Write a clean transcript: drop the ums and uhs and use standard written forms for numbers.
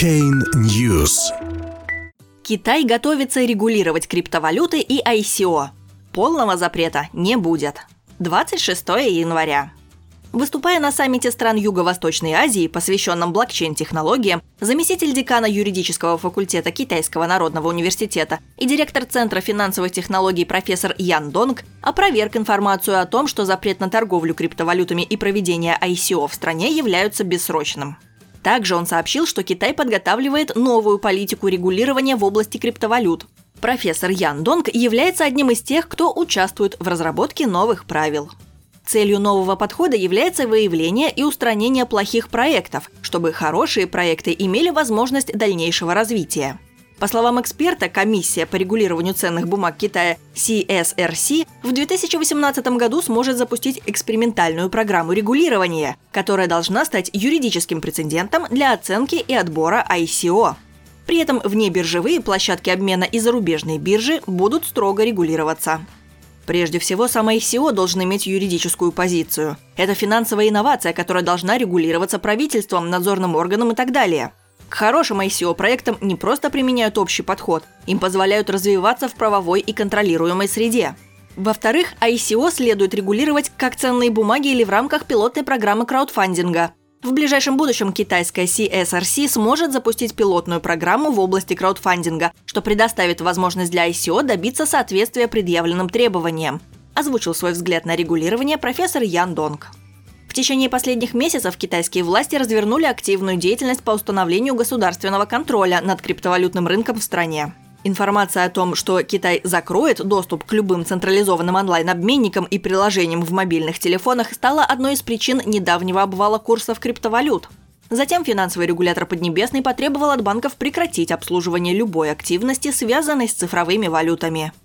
Chain News. Китай готовится регулировать криптовалюты и ICO. Полного запрета не будет. 26 января. Выступая на саммите стран Юго-Восточной Азии, посвященном блокчейн-технологиям, заместитель декана юридического факультета Китайского народного университета и директор Центра финансовых технологий профессор Ян Донг опроверг информацию о том, что запрет на торговлю криптовалютами и проведение ICO в стране являются бессрочным. Также он сообщил, что Китай подготавливает новую политику регулирования в области криптовалют. Профессор Ян Донг является одним из тех, кто участвует в разработке новых правил. Целью нового подхода является выявление и устранение плохих проектов, чтобы хорошие проекты имели возможность дальнейшего развития. По словам эксперта, комиссия по регулированию ценных бумаг Китая CSRC в 2018 году сможет запустить экспериментальную программу регулирования, которая должна стать юридическим прецедентом для оценки и отбора ICO. При этом внебиржевые площадки обмена и зарубежные биржи будут строго регулироваться. Прежде всего, сам ICO должен иметь юридическую позицию. Это финансовая инновация, которая должна регулироваться правительством, надзорным органом и так далее. К хорошим ICO-проектам не просто применяют общий подход, им позволяют развиваться в правовой и контролируемой среде. Во-вторых, ICO следует регулировать как ценные бумаги или в рамках пилотной программы краудфандинга. В ближайшем будущем китайская CSRC сможет запустить пилотную программу в области краудфандинга, что предоставит возможность для ICO добиться соответствия предъявленным требованиям, озвучил свой взгляд на регулирование профессор Ян Донг. В течение последних месяцев китайские власти развернули активную деятельность по установлению государственного контроля над криптовалютным рынком в стране. Информация о том, что Китай закроет доступ к любым централизованным онлайн-обменникам и приложениям в мобильных телефонах, стала одной из причин недавнего обвала курсов криптовалют. Затем финансовый регулятор Поднебесной потребовал от банков прекратить обслуживание любой активности, связанной с цифровыми валютами.